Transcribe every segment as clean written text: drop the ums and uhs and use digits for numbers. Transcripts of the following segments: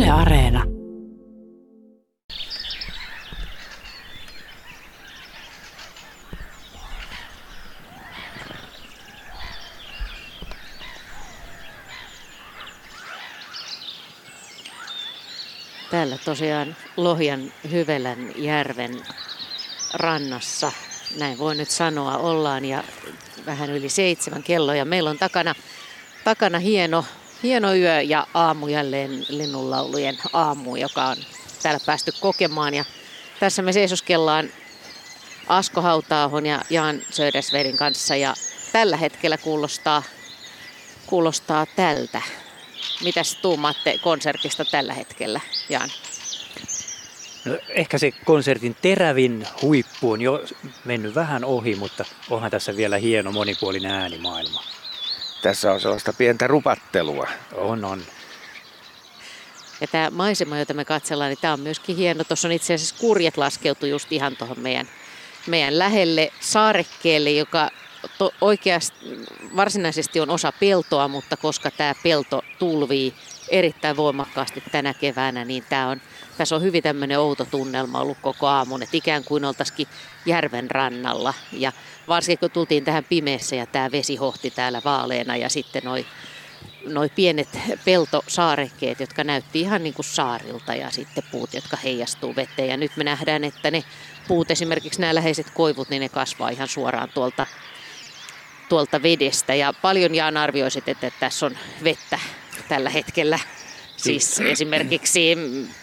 Yle Areena. Täällä tosiaan Lohjan Hyvelän järven rannassa, näin voi nyt sanoa, ollaan ja vähän yli 7 kello ja meillä on takana hieno yö ja aamu jälleen linnunlaulujen aamu, joka on täällä päästy kokemaan. Ja tässä me seisoskellaan Asko Hauta-ahon ja Jan Söderbergin kanssa ja tällä hetkellä kuulostaa tältä. Mitäs tuumaatte konsertista tällä hetkellä, Jan? No, ehkä se konsertin terävin huippu on jo mennyt vähän ohi, mutta onhan tässä vielä hieno monipuolinen äänimaailma. Tässä on sellaista pientä rupattelua. On. Ja tämä maisema, jota me katsellaan, niin tämä on myöskin hieno. Tuossa on itse asiassa kurjet laskeutu just ihan tuohon meidän lähelle saarekkeelle, joka oikeasti varsinaisesti on osa peltoa, mutta koska tämä pelto tulvii erittäin voimakkaasti tänä keväänä, niin tässä on hyvin tämmöinen outo tunnelma ollut koko aamun, että ikään kuin oltaisikin järven rannalla. Ja varsinkin kun tultiin tähän pimeässä ja tämä vesi hohti täällä vaaleena ja sitten noi pienet peltosaarekkeet, jotka näytti ihan niin kuin saarilta ja sitten puut, jotka heijastuu veteen. Ja nyt me nähdään, että ne puut, esimerkiksi nämä läheiset koivut, niin ne kasvaa ihan suoraan tuolta vedestä. Ja paljon Jaan arvioisit, että tässä on vettä tällä hetkellä. Siis esimerkiksi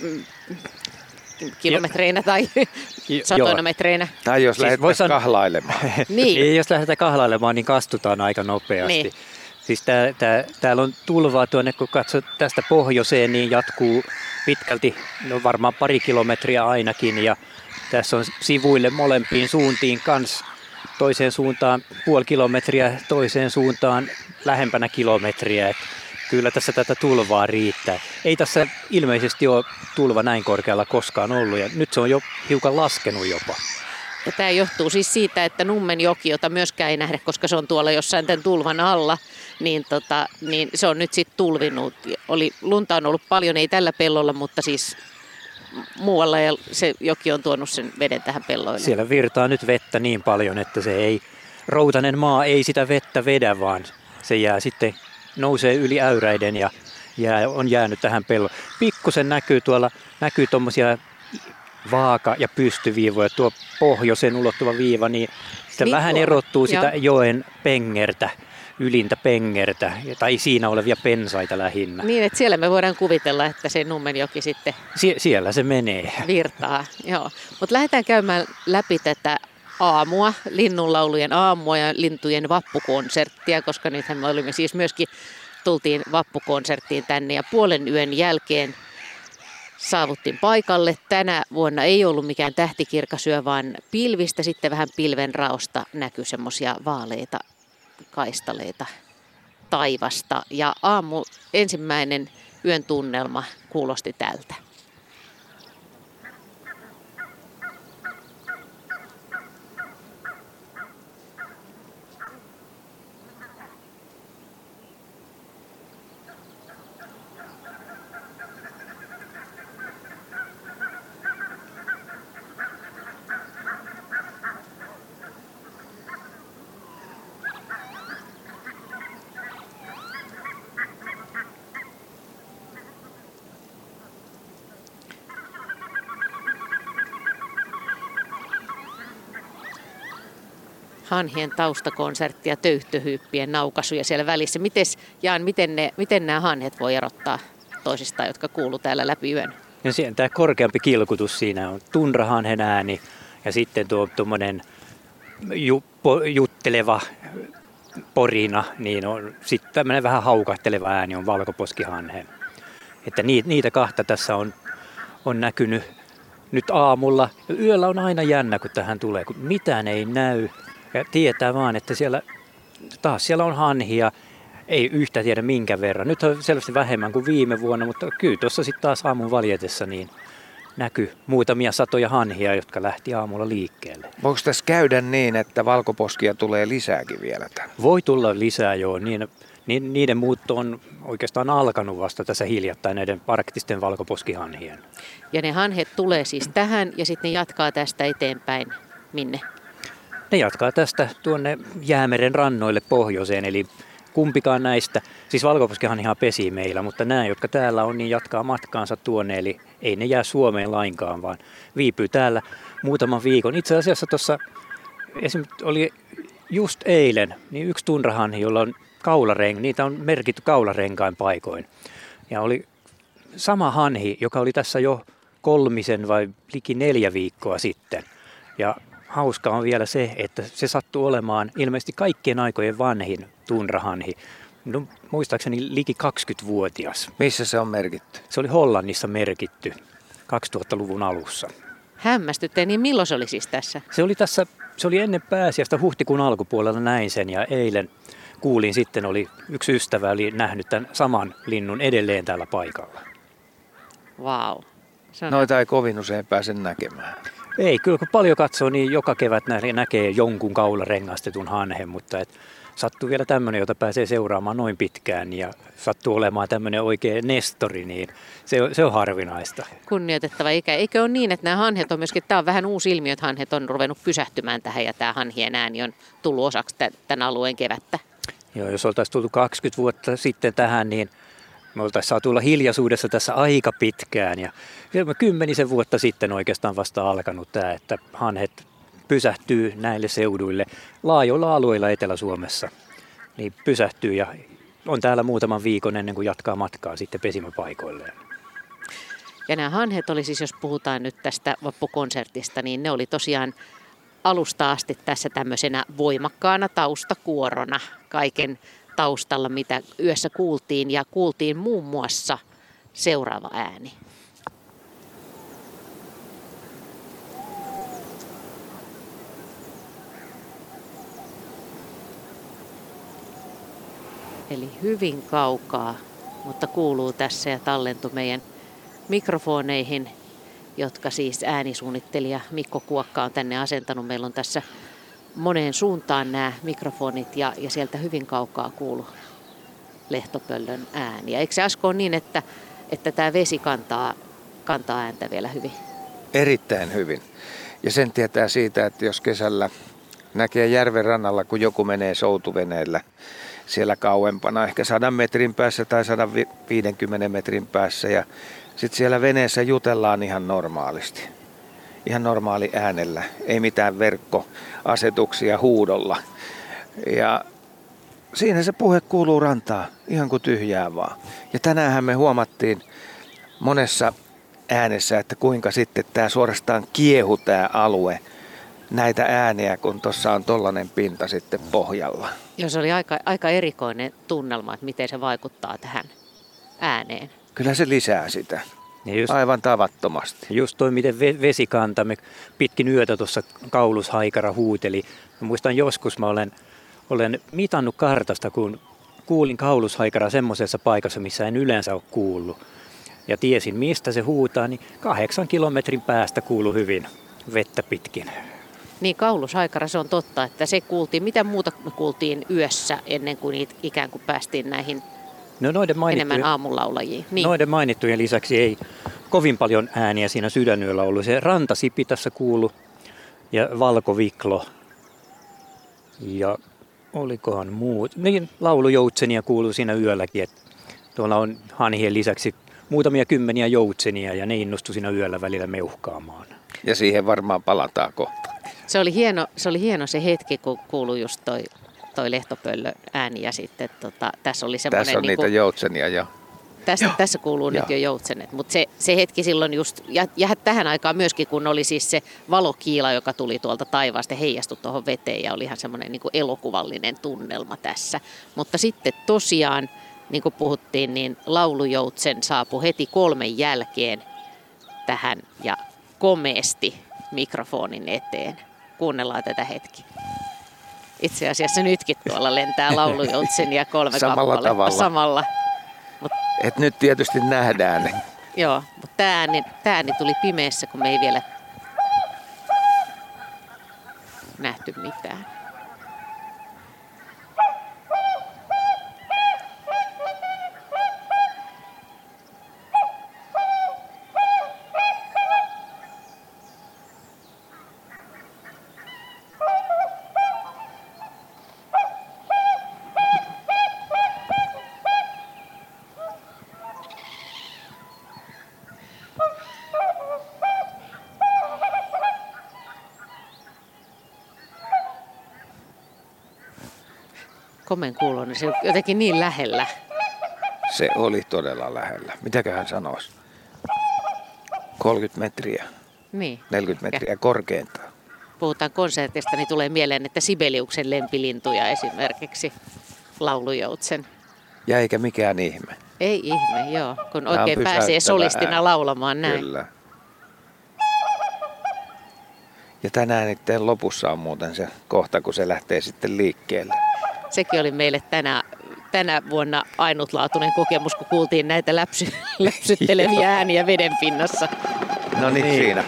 kilometreinä tai satoina metreinä. Tai jos lähdetään kahlailemaan. Niin. Jos lähdetään kahlailemaan, niin kastutaan aika nopeasti. Niin. Siis täällä on tulvaa tuonne, kun katsot tästä pohjoiseen, niin jatkuu pitkälti, no varmaan 2 kilometriä ainakin. Ja tässä on sivuille molempiin suuntiin kanssa. Toiseen suuntaan 0,5 kilometriä, toiseen suuntaan lähempänä kilometriä. Et kyllä tässä tätä tulvaa riittää. Ei tässä ilmeisesti ole tulva näin korkealla koskaan ollut ja nyt se on jo hiukan laskenut jopa. Ja tämä johtuu siis siitä, että Nummenjoki, jota myöskään ei nähdä, koska se on tuolla jossain tämän tulvan alla, niin se on nyt sitten tulvinut. Lunta on ollut paljon, ei tällä pellolla, mutta siis muualla ja se joki on tuonut sen veden tähän pelloille. Siellä virtaa nyt vettä niin paljon, että routainen maa ei sitä vettä vedä, vaan se jää sitten, nousee yli äyräiden ja on jäänyt tähän pelloon. Pikkusen näkyy tuommoisia vaaka- ja pystyviivoja, tuo pohjoisen ulottuva viiva, niin sitä vähän erottuu sitä joen pengertä, ylintä pengertä, tai siinä olevia pensaita lähinnä. Niin, että siellä me voidaan kuvitella, että se Nummenjoki sitten siellä se menee. Virtaa, joo. Mutta lähdetään käymään läpi tätä aamua, linnunlaulujen aamua ja lintujen vappukonserttia, koska nythän me olimme siis tultiin vappukonserttiin tänne ja 0:30 jälkeen saavuttiin paikalle. Tänä vuonna ei ollut mikään tähtikirkas yö, vaan pilvistä, sitten vähän pilven raosta näkyi semmoisia vaaleita kaistaleita taivasta. Ja ensimmäinen yön tunnelma kuulosti tältä. Hanhien taustakonsertti ja töyhtöhyyppien naukasuja siellä välissä. Jaan, miten nämä hanhet voi erottaa toisistaan, jotka kuuluu täällä läpi yön? Ja tämä korkeampi kilkutus siinä on tunrahanhen ääni ja sitten tuommoinen jutteleva porina, niin on sitten tämmöinen vähän haukahteleva ääni on valkoposkihanhen. Että niitä kahta tässä on näkynyt nyt aamulla. Ja yöllä on aina jännä, kun tähän tulee, kun mitään ei näy. Ja tietää vaan, että siellä on hanhia, ei yhtä tiedä minkä verran. Nyt on selvästi vähemmän kuin viime vuonna, mutta kyllä tuossa sitten taas aamun valjetessa niin näkyy muutamia satoja hanhia, jotka lähti aamulla liikkeelle. Voiko tässä käydä niin, että valkoposkia tulee lisääkin vielä tänne? Voi tulla lisää, joo. Niin, Niiden muutto on oikeastaan alkanut vasta tässä hiljattain näiden arktisten valkoposkihanhien. Ja ne hanhet tulee siis tähän ja sitten ne jatkaa tästä eteenpäin. Minne? Ne jatkaa tästä tuonne Jäämeren rannoille pohjoiseen, eli kumpikaan näistä, siis valkoposkihanhihan pesii meillä, mutta nämä, jotka täällä on, niin jatkaa matkaansa tuonne, eli ei ne jää Suomeen lainkaan, vaan viipyy täällä muutaman viikon. Itse asiassa tuossa esimerkiksi oli just eilen niin yksi tunrahanhi, jolla on niitä on merkitty kaularenkain paikoin. Ja oli sama hanhi, joka oli tässä jo 3 vai liki 4 viikkoa sitten. Ja hauska on vielä se, että se sattuu olemaan ilmeisesti kaikkien aikojen vanhin tunrahanhi. No, muistaakseni liki 20-vuotias. Missä se on merkitty? Se oli Hollannissa merkitty 2000-luvun alussa. Hämmästytte, niin milloin se oli siis tässä? Se oli ennen pääsiäistä, huhtikuun alkupuolella näin sen, ja eilen kuulin sitten, yksi ystävä oli nähnyt tämän saman linnun edelleen täällä paikalla. Vau. Noita ei kovin usein pääse näkemään. Ei, kyllä kun paljon katsoo, niin joka kevät näkee jonkun kaularengastetun hanhen, mutta sattuu vielä tämmöinen, jota pääsee seuraamaan noin pitkään ja sattuu olemaan tämmöinen oikea nestori, niin se on harvinaista. Kunnioitettava ikä. Eikö ole niin, että nämä hanhet on myöskin, tämä on vähän uusi ilmiö, että hanhet on ruvennut pysähtymään tähän ja tämä hanhien ääni on tullut osaksi tämän alueen kevättä? Joo, jos oltaisiin tultu 20 vuotta sitten tähän, niin me oltaisiin saatu olla hiljaisuudessa tässä aika pitkään. Ja 10 vuotta sitten oikeastaan vasta alkanut tämä, että hanhet pysähtyy näille seuduille laajoilla alueilla Etelä-Suomessa. Niin pysähtyy ja on täällä muutaman viikon ennen kuin jatkaa matkaa sitten pesimäpaikoilleen. Ja nämä hanhet oli siis, jos puhutaan nyt tästä vappukonsertista, niin ne oli tosiaan alusta asti tässä tämmöisenä voimakkaana taustakuorona kaiken taustalla, mitä yössä kuultiin. Ja kuultiin muun muassa seuraava ääni. Eli hyvin kaukaa, mutta kuuluu tässä ja tallentui meidän mikrofoneihin, jotka siis äänisuunnittelija Mikko Kuokka on tänne asentanut. Meillä on tässä moneen suuntaan nämä mikrofonit ja sieltä hyvin kaukaa kuuluu lehtopöllön ääni. Eikö se Asko ole niin, että tämä vesi kantaa ääntä vielä hyvin? Erittäin hyvin. Ja sen tietää siitä, että jos kesällä näkee järven rannalla, kun joku menee soutuveneellä siellä kauempana, ehkä 100 metrin päässä tai 150 metrin päässä, ja sitten siellä veneessä jutellaan ihan normaalisti. Ihan normaali äänellä, ei mitään verkkoasetuksia huudolla. Ja siinä se puhe kuuluu rantaa, ihan kuin tyhjää vaan. Ja tänäänhän me huomattiin monessa äänessä, että kuinka sitten tämä suorastaan kiehu tämä alue näitä ääniä, kun tuossa on tollainen pinta sitten pohjalla. Joo, se oli aika erikoinen tunnelma, että miten se vaikuttaa tähän ääneen. Kyllä se lisää sitä. Aivan tavattomasti. Just toi, miten vesikantamme pitkin yötä tuossa kaulushaikara huuteli. Mä muistan joskus, mä olen mitannut kartasta, kun kuulin kaulushaikara semmoisessa paikassa, missä en yleensä ole kuullut. Ja tiesin, mistä se huutaa, niin 8 kilometrin päästä kuului hyvin vettä pitkin. Niin, kaulushaikara, se on totta, että se kuultiin. Mitä muuta me kuultiin yössä ennen kuin ikään kuin päästiin näihin enemmän aamulaulajiin? Niin. Noiden mainittujen lisäksi ei kovin paljon ääniä siinä sydänyöllä ollut. Se rantasipi tässä kuului ja valkoviklo ja olikohan muut. Niin, laulujoutsenia kuuluu siinä yölläkin. Että tuolla on hanhien lisäksi muutamia kymmeniä joutsenia ja ne innostu siinä yöllä välillä meuhkaamaan. Ja siihen varmaan palataan kohta. Se oli hieno se hetki, kun kuului just toi lehtopöllö ääni ja sitten tässä oli semmoinen... Tässä on niitä joutsenia jo. Tässä kuuluu nyt jo joutsenet, mutta se hetki silloin just, ja tähän aikaan myöskin, kun oli siis se valokiila, joka tuli tuolta taivaasta, heijastui tuohon veteen ja oli ihan semmoinen niin kuin elokuvallinen tunnelma tässä. Mutta sitten tosiaan, niin kuin puhuttiin, niin laulujoutsen saapui heti 3 jälkeen tähän ja komeasti mikrofonin eteen. Kuunnellaan tätä hetki. Itse asiassa nytkin tuolla lentää laulujoutsen ja 3 samalla kappaletta samalla. Et nyt tietysti nähdään ne. Joo, mutta tämä ääni tuli pimeässä, kun me ei vielä nähty mitään. Komen kuuloinen, se on jotenkin niin lähellä. Se oli todella lähellä. Mitäköhän sanoisi? 30 metriä, Niin. 40 metriä korkeintaan. Puhutaan konsertista, niin tulee mieleen, että Sibeliuksen lempilintuja esimerkiksi laulujoutsen. Ja eikä mikään ihme. Ei ihme, joo, kun Tämä on oikein pääsee pysäyttävä solistina ääni. laulamaan näin. Kyllä. Ja tänään niiden lopussa on muuten se kohta, kun se lähtee sitten liikkeelle. Sekin oli meille tänä vuonna ainutlaatuinen kokemus, kun kuultiin näitä läpsytteleviä ääniä veden pinnassa. No niin, siinä.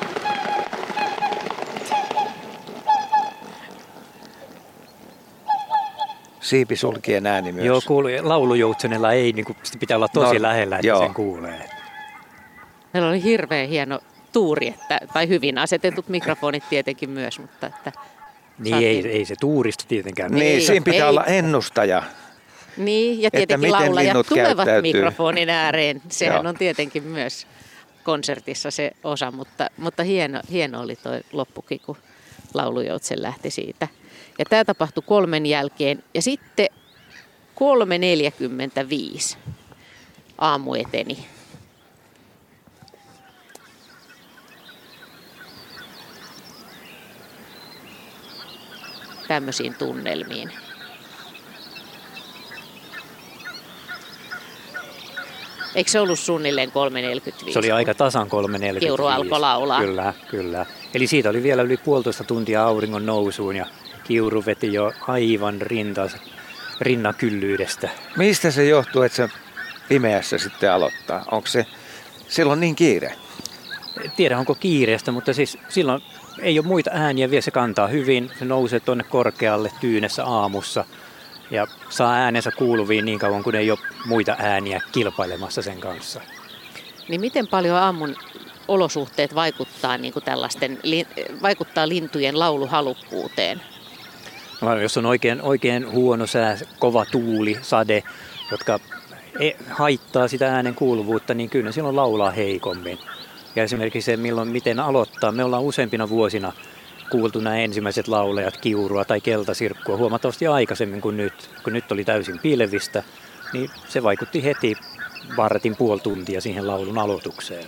Siipisulkien ääni myös. Joo, laulujoutsenella ei, niin kuin, pitää olla tosi lähellä, että joo. sen kuulee. Meillä oli hirveän hieno tuuri, tai hyvin asetetut mikrofonit tietenkin myös, mutta että Niin ei se tuuristu tietenkään. Niin, siinä pitää ei. olla ennustaja. Niin, ja Että tietenkin miten laulajat linnut tulevat käyttäytyy. mikrofonin ääreen. Sehän Joo. on tietenkin myös konsertissa se osa, mutta hieno oli toi loppukin, kun laulujoutsen lähti siitä. Ja tämä tapahtui 3 jälkeen, ja sitten 3.45 aamu eteni. Tämmöisiin tunnelmiin. Eikö se ollut suunnilleen 3.45? Se oli aika tasan 3.45. Kiuru alkoi laulaa. Kyllä. Eli siitä oli vielä yli 1,5 tuntia auringon nousuun ja Kiuru veti jo aivan rinnakyllyydestä. Mistä se johtuu, että se pimeässä sitten aloittaa? Onko se silloin niin kiire? En tiedä onko kiireestä, mutta siis silloin ei ole muita ääniä vielä, se kantaa hyvin. Se nousee tuonne korkealle tyynessä aamussa ja saa äänensä kuuluviin niin kauan, kun ei ole muita ääniä kilpailemassa sen kanssa. Niin miten paljon aamun olosuhteet vaikuttaa, niin kuin vaikuttaa lintujen lauluhalukkuuteen? No, jos on oikein huono sää, kova tuuli, sade, jotka haittaa sitä äänen kuuluvuutta, niin kyllä ne silloin laulaa heikommin. Ja esimerkiksi se, miten aloittaa. Me ollaan useampina vuosina kuultu nämä ensimmäiset laulajat, Kiurua tai Keltasirkkua, huomattavasti aikaisemmin kuin nyt. Kun nyt oli täysin pilvistä, niin se vaikutti heti vartin puoli tuntia siihen laulun aloitukseen.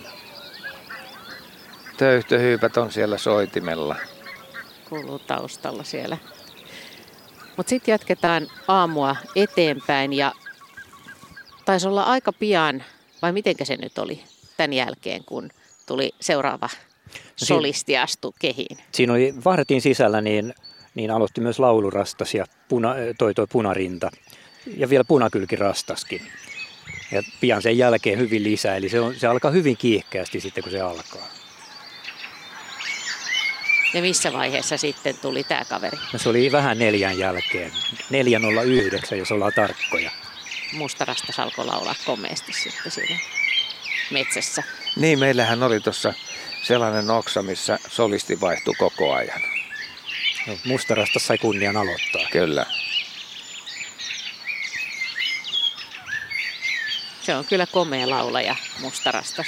Töyhtöhyypät on siellä soitimella. Kuuluu taustalla siellä. Mutta sitten jatketaan aamua eteenpäin ja taisi olla aika pian, vai mitenkä se nyt oli tämän jälkeen, kun tuli seuraava solisti astu kehiin. Siinä oli vartin sisällä, niin aloitti myös laulurastas ja toi punarinta ja vielä punakylkirastaskin. Ja pian sen jälkeen hyvin lisää, eli se alkaa hyvin kiihkeästi sitten, kun se alkaa. Ja missä vaiheessa sitten tuli tämä kaveri? No se oli vähän 4 jälkeen, 4.09, jos ollaan tarkkoja. Mustarastas alkoi laulaa komeasti sitten siinä metsässä. Niin, meillähän oli tuossa sellainen oksa, missä solisti vaihtui koko ajan. No, Mustarastas sai kunnian aloittaa. Kyllä. Se on kyllä komea laulaja, Mustarastas.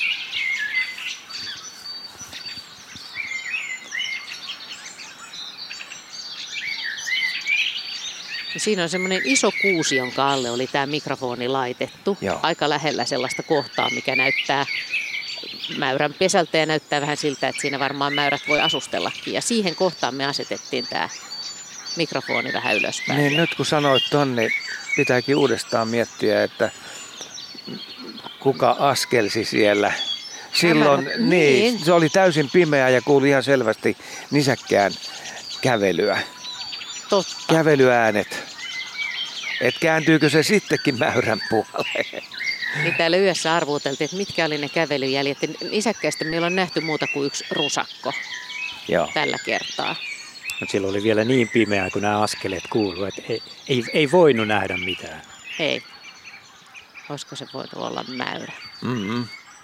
Ja siinä on semmoinen iso kuusi, jonka alle oli tämä mikrofoni laitettu. Joo. Aika lähellä sellaista kohtaa, mikä näyttää mäyrän pesältä ja näyttää vähän siltä, että siinä varmaan mäyrät voi asustellakin. Ja siihen kohtaan me asetettiin tämä mikrofoni vähän ylöspäin. Niin nyt kun sanoit ton, niin pitääkin uudestaan miettiä, että kuka askelsi siellä. Silloin niin, se oli täysin pimeä ja kuuli ihan selvästi nisäkkään kävelyä. Totta. Kävelyäänet. Et kääntyykö se sittenkin mäyrän puoleen? Niin täällä yössä arvuuteltiin, että mitkä oli ne kävelyjäljet. Nisäkkäistä meillä on nähty muuta kuin yksi rusakko tällä kertaa. Mutta silloin oli vielä niin pimeää, kun nämä askeleet kuului, että ei voinut nähdä mitään. Ei. Olisiko se voinut olla mäyrä? Mm-hmm.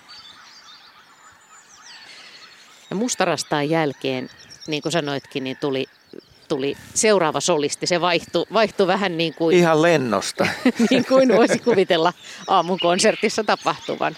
Ja Mustarastaan jälkeen, niin kuin sanoitkin, niin tuli seuraava solisti. Se vaihtui vähän niin kuin, Ihan lennosta. niin kuin voisi kuvitella aamun konsertissa tapahtuvan.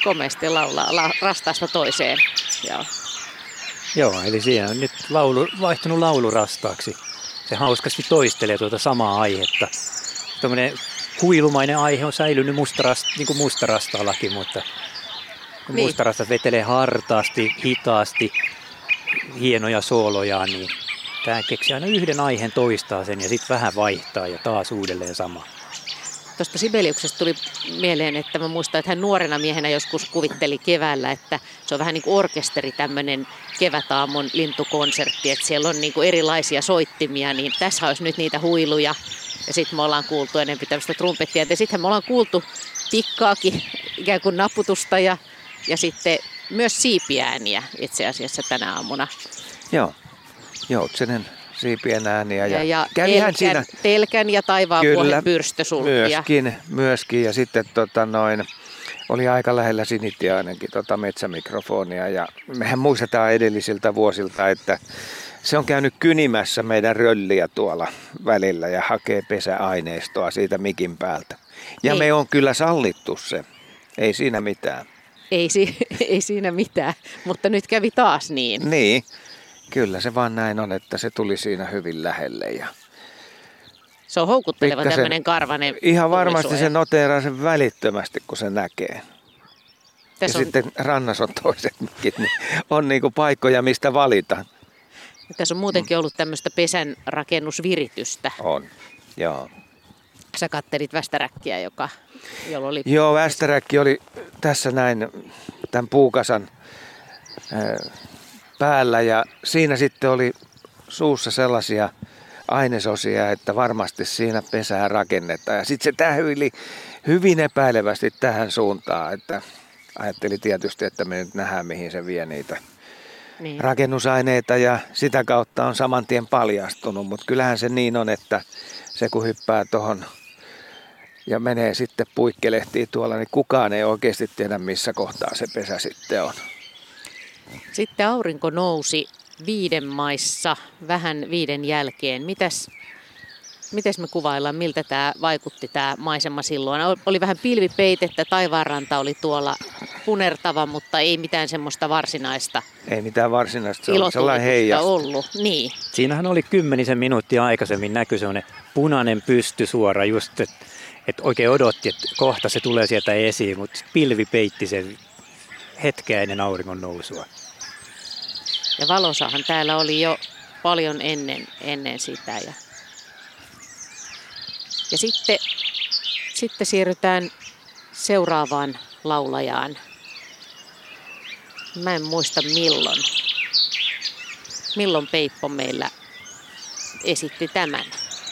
komeasti laulaa rastaasta toiseen. Joo, eli siinä on nyt vaihtunut laulurastaaksi. Se hauskasti toistelee tuota samaa aihetta. Tuommoinen huilumainen aihe on säilynyt niin kuin mustarastaallakin, mutta kun mustarastat vetelee hartaasti, hitaasti, hienoja soolojaan, niin tämä keksii aina yhden aiheen, toistaa sen ja sitten vähän vaihtaa ja taas uudelleen sama. Tuosta Sibeliuksesta tuli mieleen, että mä muistan, että hän nuorena miehenä joskus kuvitteli keväällä, että se on vähän niin kuin orkesteri, tämmöinen kevätaamun lintukonsertti, että siellä on niin kuin erilaisia soittimia, niin tässä olisi nyt niitä huiluja. Ja sitten me ollaan kuultu enemmän tämmöistä trumpettia. Ja sitten me ollaan kuultu tikkaakin, ikään kuin naputusta ja sitten myös siipiääniä itse asiassa tänä aamuna. Joo, Joutsenen siipien ääniä. Ja telkän ja taivaanpuolen pyrstösulkia. Myöskin. Ja sitten oli aika lähellä Sinittiainenkin metsämikrofonia. Ja mehän muistetaan edellisiltä vuosilta, että se on käynyt kynimässä meidän rölliä tuolla välillä ja hakee pesäaineistoa siitä mikin päältä. Ja me on kyllä sallittu se. Ei siinä mitään. Ei siinä mitään, mutta nyt kävi taas niin. Niin, kyllä se vaan näin on, että se tuli siinä hyvin lähelle. Ja se on houkutteleva tämmöinen karvanen. Ihan varmasti se noteeraa sen välittömästi, kun se näkee. Sitten rannassa on toiset mikit, niin on niinku paikkoja, mistä valita. Tässä on muutenkin ollut tämmöistä pesänrakennusviritystä. On, joo. Sä kattelit västäräkkiä, jolla oli... Joo, västäräkki oli tässä näin tämän puukasan päällä ja siinä sitten oli suussa sellaisia ainesosia, että varmasti siinä pesää rakennetaan. Ja sitten se tähyili hyvin epäilevästi tähän suuntaan, että ajatteli tietysti, että me nyt nähdään mihin se vie niitä rakennusaineita ja sitä kautta on saman tien paljastunut, mutta kyllähän se niin on, että se kun hyppää tuohon ja menee sitten puikkelehtii tuolla, niin kukaan ei oikeasti tiedä missä kohtaa se pesä sitten on. Sitten aurinko nousi 5 maissa, vähän 5 jälkeen. Mites me kuvaillaan, miltä tämä vaikutti tämä maisema silloin? Oli vähän pilvipeitettä, taivaanranta oli tuolla punertava, mutta ei mitään semmoista varsinaista. Ei mitään varsinaista, se on sellainen heijastu. Ollut. Niin. Siinähän oli 10 minuuttia aikaisemmin näkyi semmoinen punainen pystysuora just, että oikein odotti, että kohta se tulee sieltä esiin, mutta pilvi peitti sen hetkeä ennen auringon nousua. Ja valosahan täällä oli jo paljon ennen sitä. Ja sitten siirrytään seuraavaan laulajaan. Mä en muista milloin Peippo meillä esitti tämän.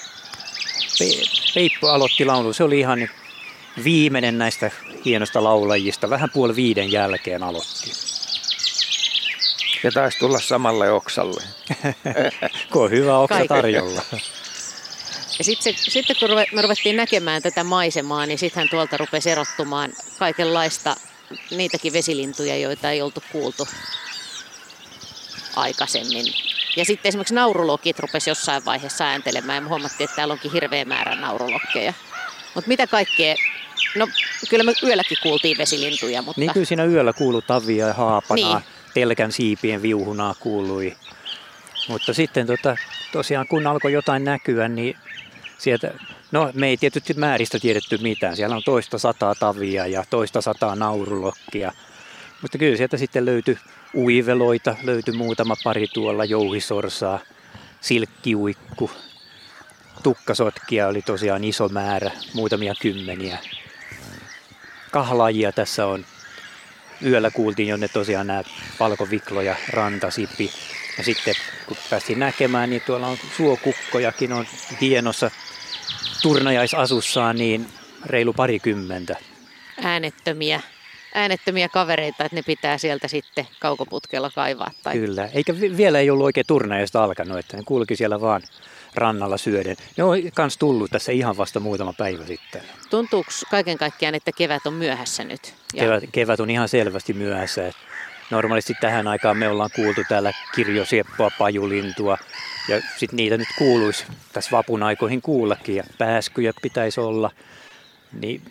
Peippo aloitti laulun. Se oli ihan viimeinen näistä hienosta laulajista. Vähän 4:30 jälkeen aloitti. Ja taisi tulla samalle oksalle. Kun on hyvä oksa tarjolla. Ja sitten kun me ruvettiin näkemään tätä maisemaa, niin sittenhän tuolta rupesi erottumaan kaikenlaista niitäkin vesilintuja, joita ei oltu kuultu aikaisemmin. Ja sitten esimerkiksi naurulokit rupesi jossain vaiheessa ääntelemään ja me huomattiin, että täällä onkin hirveä määrä naurulokkeja. Mutta mitä kaikkea? No kyllä me yölläkin kuultiin vesilintuja, mutta... Niin kyllä siinä yöllä kuului tavia ja haapanaa, niin. Telkän siipien viuhunaa kuului. Mutta sitten tosiaan kun alkoi jotain näkyä, niin sieltä... No me ei tietysti määristä tiedetty mitään. Siellä on 200 tavia ja 200 naurulokkia. Mutta kyllä sieltä sitten löytyi uiveloita, löytyi muutama pari tuolla, jouhisorsaa, silkkiuikku. Tukkasotkia oli tosiaan iso määrä, muutamia kymmeniä. Kahlaajia tässä on. Yöllä kuultiin jo ne tosiaan nämä valkoviklo ja rantasipi. Ja sitten kun päästiin näkemään, niin tuolla on suokukkojakin on hienossa turnajaisasussaan niin reilu 20. Äänettömiä kavereita, että ne pitää sieltä sitten kaukoputkella kaivaa. Tai... Kyllä, eikä vielä ei ollut oikein turnajaista alkanut, että ne kulki siellä vaan rannalla syöden. Ne on kans tullut tässä ihan vasta muutama päivä sitten. Tuntuuko kaiken kaikkiaan, että kevät on myöhässä nyt? Kevät on ihan selvästi myöhässä. Normaalisti tähän aikaan me ollaan kuultu täällä kirjosieppoa, pajulintua ja sitten niitä nyt kuuluisi tässä vapun aikoihin kuullakin ja pääskyjä pitäisi olla. Niin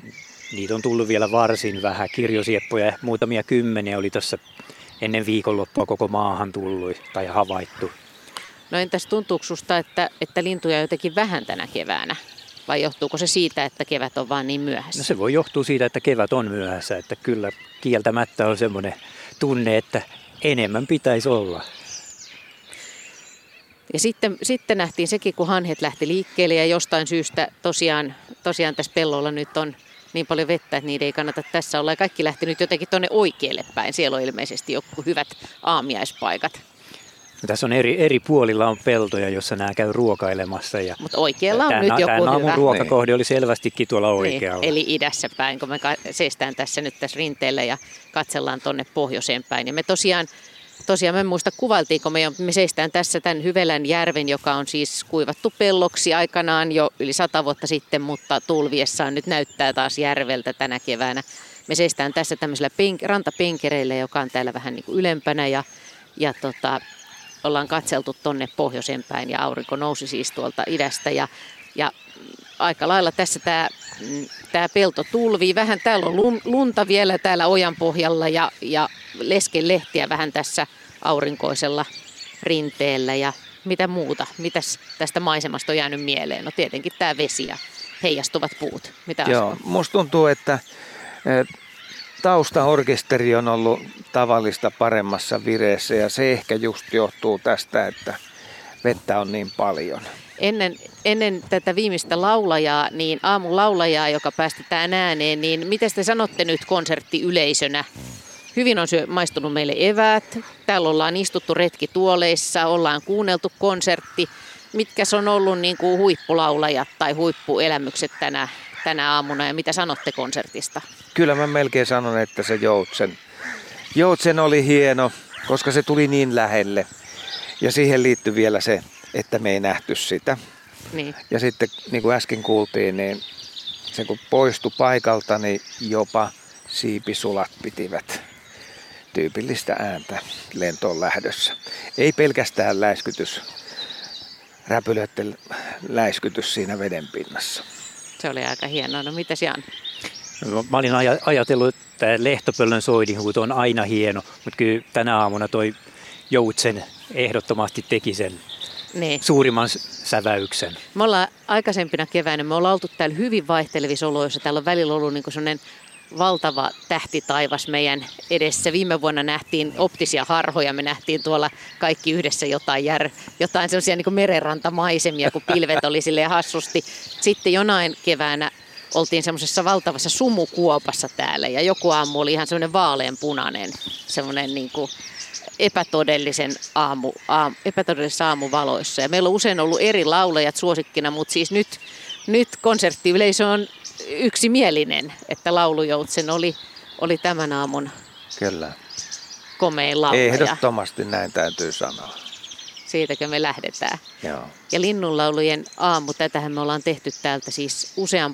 niitä on tullut vielä varsin vähän. Kirjosieppoja muutamia kymmeniä oli tuossa ennen viikonloppua koko maahan tullut tai havaittu. No entäs tuntuuko susta, että lintuja on jotenkin vähän tänä keväänä? Vai johtuuko se siitä, että kevät on vaan niin myöhässä? No se voi johtua siitä, että kevät on myöhässä, että kyllä kieltämättä on semmoinen tunne, että enemmän pitäisi olla. Ja sitten nähtiin sekin, kun hanhet lähti liikkeelle ja jostain syystä tosiaan tässä pellolla nyt on niin paljon vettä, että niiden ei kannata tässä olla. Ja kaikki lähti nyt jotenkin tuonne oikealle päin. Siellä on ilmeisesti joku hyvät aamiaispaikat. No, tässä on eri puolilla on peltoja, jossa nämä käy ruokailemassa. Mutta oikealla on nyt joku tämä hyvä. Aamun ruokakohde oli selvästikin tuolla oikealla. Eli idässä päin, kun me seistään tässä nyt tässä rinteellä ja katsellaan tuonne pohjoiseen päin. Ja me tosiaan mä en muista kuvailtiinko me seistään tässä tämän Hyvelän järven, joka on siis kuivattu pelloksi aikanaan jo yli 100 vuotta sitten, mutta tulviessaan nyt näyttää taas järveltä tänä keväänä. Me seistään tässä tämmöisellä rantapenkereillä, joka on täällä vähän niin kuin ylempänä ja ollaan katseltu tonne pohjoiseen päin ja aurinko nousi siis tuolta idästä ja aika lailla tässä tämä pelto tulvii. Vähän täällä on lunta vielä täällä ojan pohjalla ja leskelehtiä vähän tässä aurinkoisella rinteellä ja mitä muuta. Mitäs tästä maisemasta on jäänyt mieleen? No tietenkin tämä vesi ja heijastuvat puut. Mitä Joo, musta tuntuu, että taustaorkesteri on ollut tavallista paremmassa vireessä ja se ehkä just johtuu tästä, että vettä on niin paljon. Ennen tätä viimeistä laulajaa, niin aamun laulajaa, joka päästetään ääneen, niin miten te sanotte nyt konserttiyleisönä? Hyvin on maistunut meille eväät. Täällä ollaan istuttu retkituoleissa, ollaan kuunneltu konsertti. Mitkä on ollut niin kuin huippulaulajat tai huippuelämykset tänä aamuna ja mitä sanotte konsertista? Kyllä mä melkein sanon, että se Joutsen oli hieno, koska se tuli niin lähelle. Ja siihen liittyy vielä se, että me ei nähty sitä. Niin. Ja sitten niin kuin äsken kuultiin, niin se kun poistui paikalta, niin jopa siipisulat pitivät tyypillistä ääntä lentoon lähdössä. Ei pelkästään räpylöiden läiskytys siinä veden pinnassa. Se oli aika hienoa. No mitäs Jan? Mä olin ajatellut, että lehtopöllön soidinhuuto on aina hieno, mutta kyllä tänä aamuna toi Joutsen ehdottomasti teki sen suurimman säväyksen. Me ollaan aikaisempina keväänä, me ollaan oltu täällä hyvin vaihtelevissa oloissa. Täällä on välillä ollut niin kuin sellainen valtava tähtitaivas meidän edessä. Viime vuonna nähtiin optisia harhoja, me nähtiin tuolla kaikki yhdessä jotain sellaisia niin kuin merenrantamaisemia, kun pilvet oli silleen hassusti. Sitten jonain keväänä oltiin semmoisessa valtavassa sumukuopassa täällä ja joku aamu oli ihan semmoinen vaaleanpunainen, semmoinen niin kuin epätodellisessa aamuvaloissa. Ja meillä on usein ollut eri laulajat suosikkina, mutta siis nyt konserttiyleisö on yksimielinen, että laulujoutsen oli tämän aamun Kyllä. komein laulaja. Ehdottomasti näin täytyy sanoa. Siitäkö me lähdetään. Joo. Ja linnunlaulujen aamu, tätähän me ollaan tehty täältä siis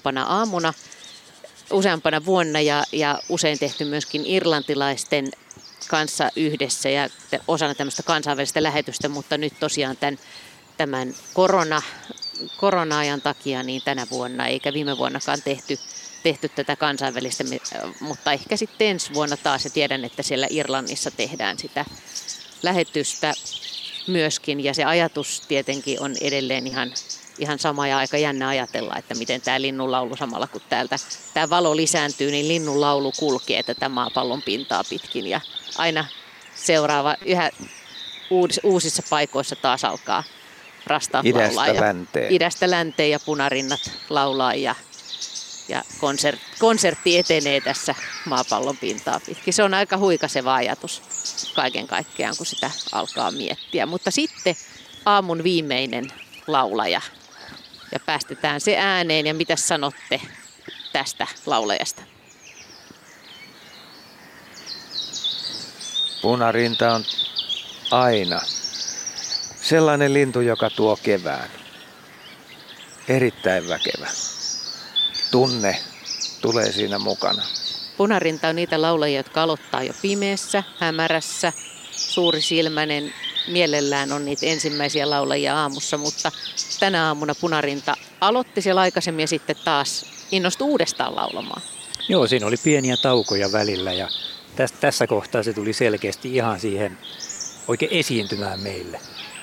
useampana vuonna ja usein tehty myöskin irlantilaisten kanssa yhdessä ja osana tämmöistä kansainvälistä lähetystä, mutta nyt tosiaan tämän korona-ajan takia niin tänä vuonna eikä viime vuonnakaan tehty tätä kansainvälistä, mutta ehkä sitten ensi vuonna taas ja tiedän, että siellä Irlannissa tehdään sitä lähetystä myöskin ja se ajatus tietenkin on edelleen ihan sama ja aika jännä ajatella, että miten tämä linnunlaulu samalla kun täältä tämä valo lisääntyy, niin linnunlaulu kulkee tätä maapallon pintaa pitkin ja aina seuraava yhä uusissa paikoissa taas alkaa rastaat laulaa. Idästä länteen ja punarinnat laulaa ja konsertti etenee tässä maapallon pintaa pitkin. Se on aika huikaseva ajatus kaiken kaikkiaan, kun sitä alkaa miettiä. Mutta sitten aamun viimeinen laulaja ja päästetään se ääneen. Ja mitä sanotte tästä laulajasta? Punarinta on aina sellainen lintu, joka tuo kevään. Erittäin väkevä. Tunne tulee siinä mukana. Punarinta on niitä laulajia, jotka aloittaa jo pimeässä, hämärässä, suurisilmäinen. Mielellään on niitä ensimmäisiä laulajia aamussa, mutta tänä aamuna Punarinta aloitti siellä aikaisemmin ja sitten taas innostui uudestaan laulamaan. Joo, siinä oli pieniä taukoja välillä ja tässä kohtaa se tuli selkeästi ihan siihen oikein esiintymään meille.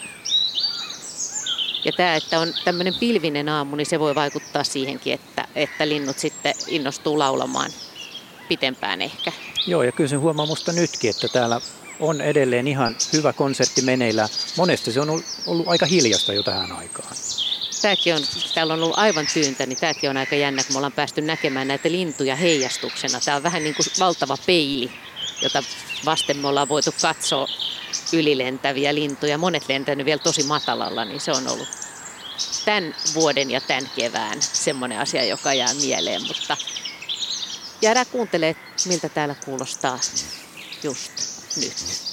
Ja tämä, että on tämmöinen pilvinen aamu, niin se voi vaikuttaa siihenkin, että linnut sitten innostuu laulamaan pitempään ehkä. Joo, ja kyllä se huomaa musta nytkin, että täällä on edelleen ihan hyvä konsertti meneillään. Monesti se on ollut aika hiljasta jo tähän aikaan. Täällä on ollut aivan tyyntä, niin tämäkin on aika jännä, kun me ollaan päästy näkemään näitä lintuja heijastuksena. Tämä on vähän niin kuin valtava peili, jota vasten me ollaan voitu katsoa ylilentäviä lintuja. Monet lentänyt vielä tosi matalalla, niin se on ollut tämän vuoden ja tämän kevään semmoinen asia, joka jää mieleen. Mutta jäädään kuuntelemaan, miltä täällä kuulostaa just nyt.